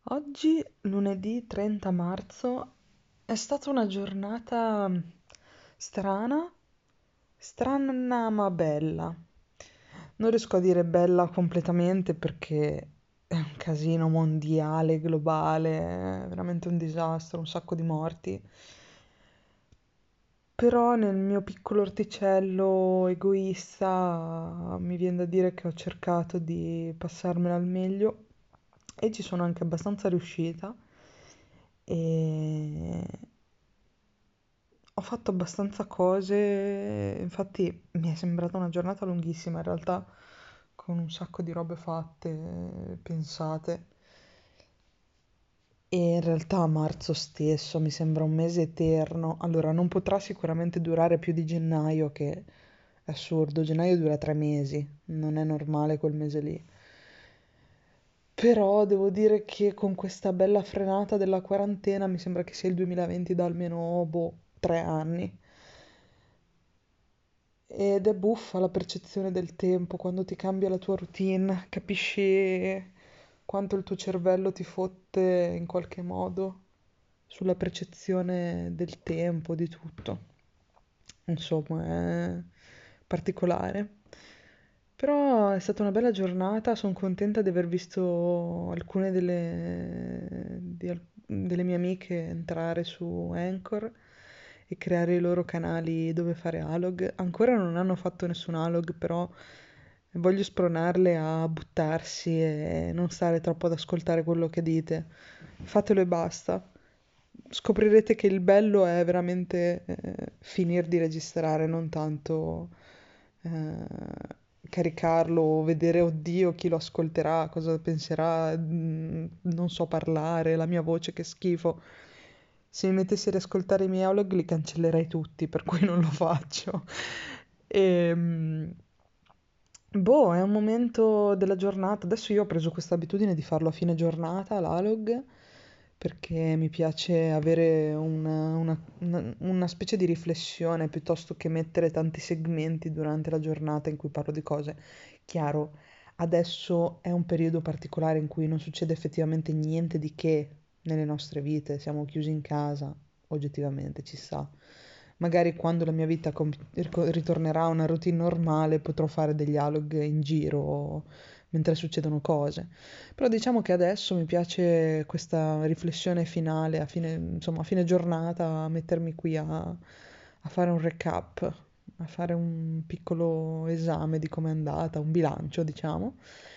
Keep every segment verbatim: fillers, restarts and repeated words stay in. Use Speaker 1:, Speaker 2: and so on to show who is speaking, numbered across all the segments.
Speaker 1: Oggi, lunedì trenta marzo, è stata una giornata mm, strana, strana ma bella. Non riesco a dire bella completamente perché è un casino mondiale, globale, è veramente un disastro, un sacco di morti. Però nel mio piccolo orticello egoista mi viene da dire che ho cercato di passarmela al meglio e ci sono anche abbastanza riuscita. E ho fatto abbastanza cose, infatti mi è sembrata una giornata lunghissima in realtà, con un sacco di robe fatte, pensate. E in realtà a marzo stesso mi sembra un mese eterno. Allora, non potrà sicuramente durare più di gennaio, che è assurdo. Gennaio dura tre mesi, non è normale quel mese lì. Però devo dire che con questa bella frenata della quarantena mi sembra che sia il duemilaventi da almeno, boh, tre anni. Ed è buffa la percezione del tempo quando ti cambia la tua routine, capisci quanto il tuo cervello ti fotte in qualche modo sulla percezione del tempo, di tutto. Insomma, è particolare. Però è stata una bella giornata, sono contenta di aver visto alcune delle, di al- delle mie amiche entrare su Anchor e creare i loro canali dove fare alog. Ancora non hanno fatto nessun alog, però voglio spronarle a buttarsi e non stare troppo ad ascoltare quello che dite. Fatelo e basta. Scoprirete che il bello è veramente eh, finire di registrare, non tanto eh, caricarlo o vedere, oddio, chi lo ascolterà, cosa penserà, mm, non so parlare, la mia voce che schifo. Se mi mettessi ad ascoltare i miei dialoghi li cancellerei tutti, per cui non lo faccio. E, boh, è un momento della giornata. Adesso io ho preso questa abitudine di farlo a fine giornata, l'alog, perché mi piace avere una, una- una- una specie di riflessione piuttosto che mettere tanti segmenti durante la giornata in cui parlo di cose. Chiaro, adesso è un periodo particolare in cui non succede effettivamente niente di che nelle nostre vite, siamo chiusi in casa, oggettivamente ci sta. Magari quando la mia vita com- rico- ritornerà a una routine normale potrò fare degli dialog in giro mentre succedono cose. Però diciamo che adesso mi piace questa riflessione finale, a fine, insomma, a fine giornata, mettermi qui a, a fare un recap, a fare un piccolo esame di com'è andata, un bilancio, diciamo.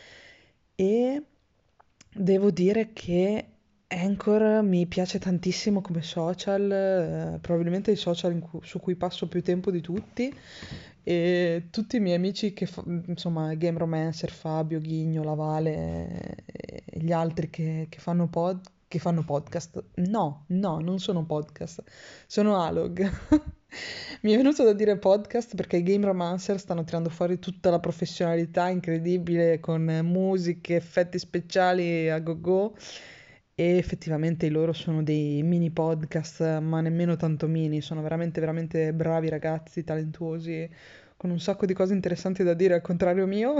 Speaker 1: E devo dire che Anchor mi piace tantissimo come social, eh, probabilmente il social in cui- su cui passo più tempo di tutti. E tutti i miei amici che, fa- insomma, Game Romancer, Fabio, Ghigno, Lavale eh, e gli altri che, che fanno pod, che fanno podcast. No, no, non sono podcast, sono Alog. Mi è venuto da dire podcast perché i Game Romancer stanno tirando fuori tutta la professionalità incredibile con musiche, effetti speciali a go-go e effettivamente i loro sono dei mini podcast, ma nemmeno tanto mini, sono veramente veramente bravi ragazzi, talentuosi, con un sacco di cose interessanti da dire al contrario mio.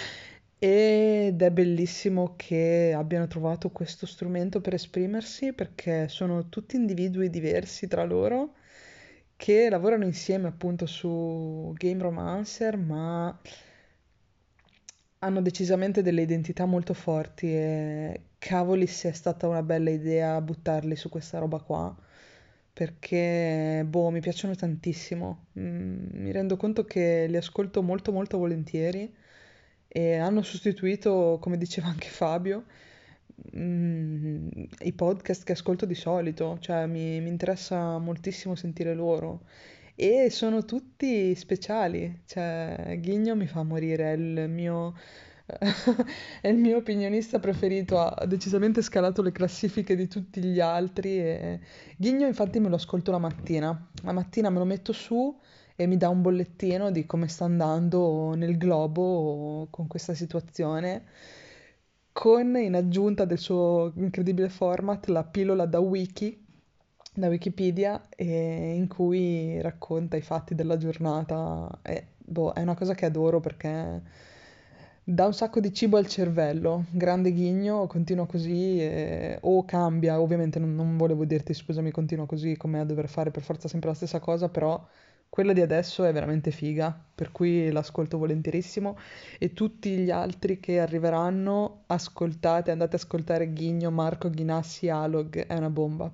Speaker 1: Ed è bellissimo che abbiano trovato questo strumento per esprimersi perché sono tutti individui diversi tra loro che lavorano insieme appunto su Game Romancer, ma hanno decisamente delle identità molto forti e cavoli se è stata una bella idea buttarli su questa roba qua, perché, boh, mi piacciono tantissimo. Mm, mi rendo conto che li ascolto molto molto volentieri e hanno sostituito, come diceva anche Fabio, mm, i podcast che ascolto di solito, cioè mi, mi interessa moltissimo sentire loro. E sono tutti speciali, cioè Ghigno mi fa morire, è il mio, è il mio opinionista preferito, ha decisamente scalato le classifiche di tutti gli altri e Ghigno infatti me lo ascolto la mattina, la mattina me lo metto su e mi dà un bollettino di come sta andando nel globo con questa situazione, con in aggiunta del suo incredibile format la pillola da wiki, da Wikipedia, e in cui racconta i fatti della giornata. E, boh, è una cosa che adoro perché Dà un sacco di cibo al cervello, grande ghigno, continua così e- o cambia, ovviamente non, non volevo dirti scusami, continua così come a dover fare per forza sempre la stessa cosa, però quella di adesso è veramente figa, per cui l'ascolto volentierissimo e tutti gli altri che arriveranno, ascoltate, andate ad ascoltare Ghigno, Marco Ghinassi, Alog, è una bomba.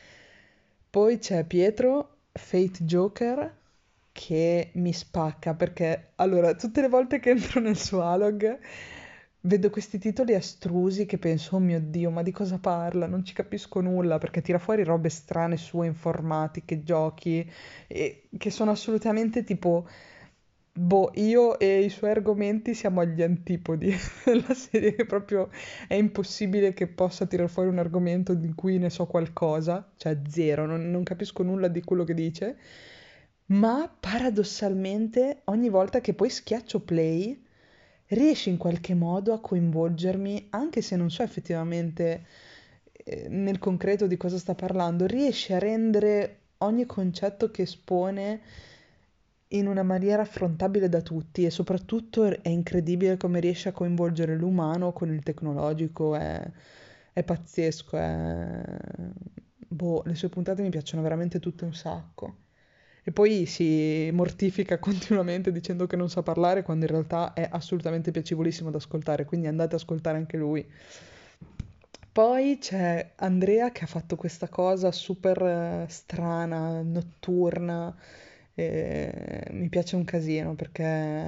Speaker 1: Poi c'è Pietro, Fate Joker, che mi spacca perché, allora, tutte le volte che entro nel suo Alog vedo questi titoli astrusi che penso, oh mio Dio, ma di cosa parla? Non ci capisco nulla perché tira fuori robe strane sue, informatiche, giochi, e che sono assolutamente tipo, boh, io e i suoi argomenti siamo agli antipodi. La serie che proprio è impossibile che possa tirar fuori un argomento di cui ne so qualcosa, cioè zero, non, non capisco nulla di quello che dice, ma paradossalmente ogni volta che poi schiaccio play riesce in qualche modo a coinvolgermi, anche se non so effettivamente eh, nel concreto di cosa sta parlando, riesce a rendere ogni concetto che espone in una maniera affrontabile da tutti e soprattutto è incredibile come riesce a coinvolgere l'umano con il tecnologico, è, è pazzesco, è... Boh, le sue puntate mi piacciono veramente tutte un sacco. E poi si mortifica continuamente dicendo che non sa parlare quando in realtà è assolutamente piacevolissimo da ascoltare, quindi andate ad ascoltare anche lui. Poi c'è Andrea che ha fatto questa cosa super eh, strana, notturna, e mi piace un casino perché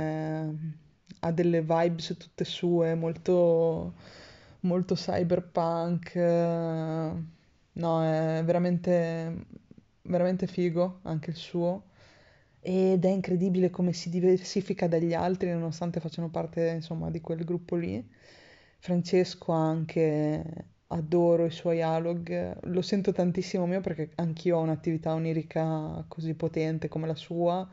Speaker 1: ha delle vibes tutte sue, molto, molto cyberpunk. eh, No, è veramente, veramente figo anche il suo. Ed è incredibile come si diversifica dagli altri, nonostante facciano parte, insomma, di quel gruppo lì. Francesco anche, adoro i suoi dialog, lo sento tantissimo mio perché anch'io ho un'attività onirica così potente come la sua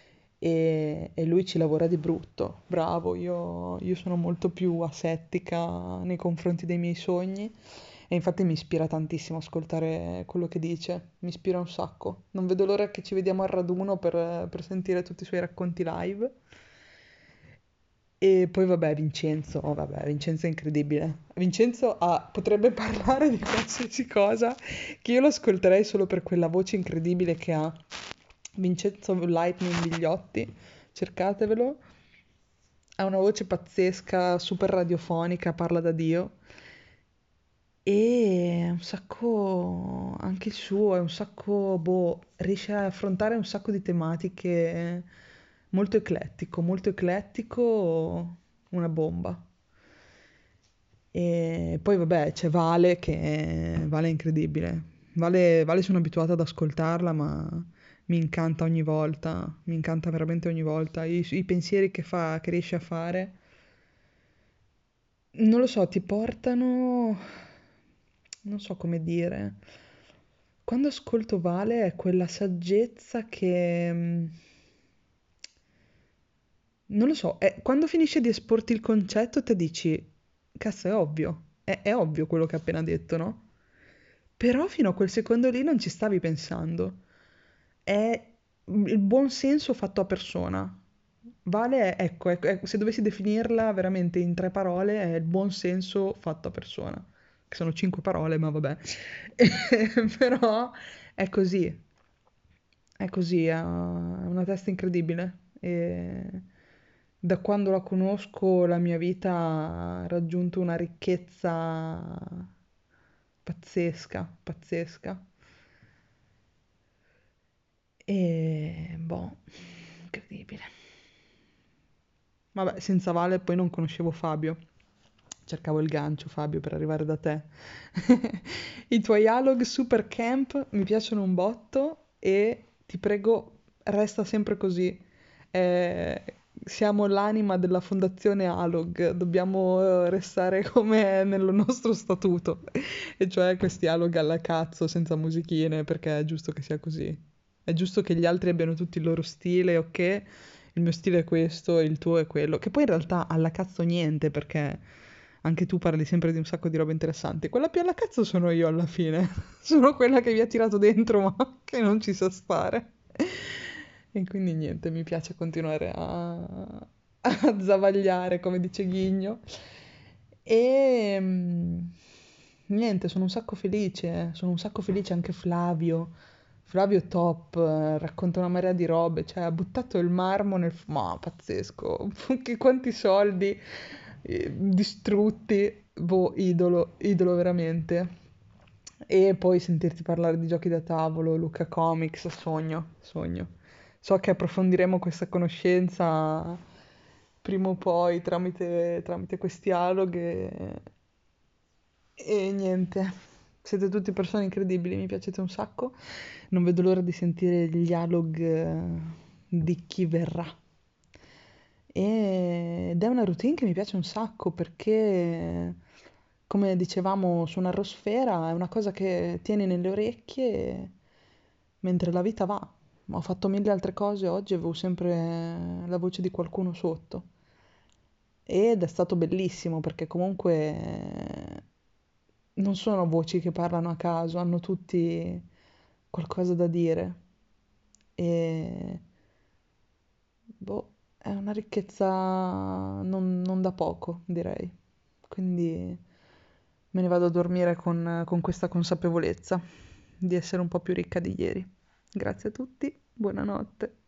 Speaker 1: e, e lui ci lavora di brutto, bravo, io, io sono molto più asettica nei confronti dei miei sogni e infatti mi ispira tantissimo ascoltare quello che dice, mi ispira un sacco. Non vedo l'ora che ci vediamo al raduno per, per sentire tutti i suoi racconti live. E poi vabbè, Vincenzo, oh, vabbè, Vincenzo è incredibile. Vincenzo ha- potrebbe parlare di qualsiasi cosa, che io lo ascolterei solo per quella voce incredibile che ha. Vincenzo Lightning Vigliotti, cercatevelo. Ha una voce pazzesca, super radiofonica, parla da Dio. E è un sacco, anche il suo è un sacco, boh, riesce a affrontare un sacco di tematiche molto eclettico, molto eclettico, una bomba. E poi vabbè c'è Vale che Vale è incredibile. Vale, Vale sono abituata ad ascoltarla, ma mi incanta ogni volta, mi incanta veramente ogni volta. I, i pensieri che fa, che riesce a fare. Non lo so, ti portano, non so come dire. Quando ascolto Vale è quella saggezza che, mm, non lo so, è- quando finisce di esporti il concetto te dici, cazzo, è ovvio, è, è ovvio quello che ha appena detto, no? Però fino a quel secondo lì non ci stavi pensando. È il buon senso fatto a persona. Vale, è- ecco, ecco, ecco, se dovessi definirla veramente in tre parole, è il buon senso fatto a persona. Che sono cinque parole, ma vabbè. Però è così, è così, ha una testa incredibile. E da quando la conosco, la mia vita ha raggiunto una ricchezza pazzesca, pazzesca. E boh, incredibile. Vabbè, senza Vale poi non conoscevo Fabio. Cercavo il gancio, Fabio, per arrivare da te. I tuoi dialog super camp mi piacciono un botto e ti prego, resta sempre così. Eh, siamo l'anima della fondazione Alog, dobbiamo eh, restare come è nello nostro statuto, e cioè questi Alog alla cazzo, senza musichine, perché è giusto che sia così. È giusto che gli altri abbiano tutti il loro stile, ok? Il mio stile è questo, il tuo è quello, che poi in realtà alla cazzo niente, perché anche tu parli sempre di un sacco di robe interessanti. Quella più alla cazzo sono io alla fine, sono quella che vi ha tirato dentro, ma che non ci sa stare. E quindi niente, mi piace continuare a, a zavagliare, come dice Ghigno. E mm, niente, sono un sacco felice, sono un sacco felice anche Flavio. Flavio è top, eh, racconta una marea di robe, cioè ha buttato il marmo nel... f- Ma pazzesco, che quanti soldi eh, distrutti, boh, idolo, idolo veramente. E poi sentirti parlare di giochi da tavolo, Luca Comics, sogno, sogno. So che approfondiremo questa conoscenza prima o poi tramite, tramite questi dialoghi e, e niente. Siete tutte persone incredibili, mi piacete un sacco. Non vedo l'ora di sentire il dialogue eh, di chi verrà. E- Ed è una routine che mi piace un sacco perché, come dicevamo su un'arrosfera, è una cosa che tieni nelle orecchie mentre la vita va. Ho fatto mille altre cose oggi, avevo sempre la voce di qualcuno sotto. Ed è stato bellissimo perché comunque eh, non sono voci che parlano a caso, hanno tutti qualcosa da dire. E boh, è una ricchezza non, non da poco, direi. Quindi me ne vado a dormire con, con questa consapevolezza di essere un po' più ricca di ieri. Grazie a tutti, buonanotte.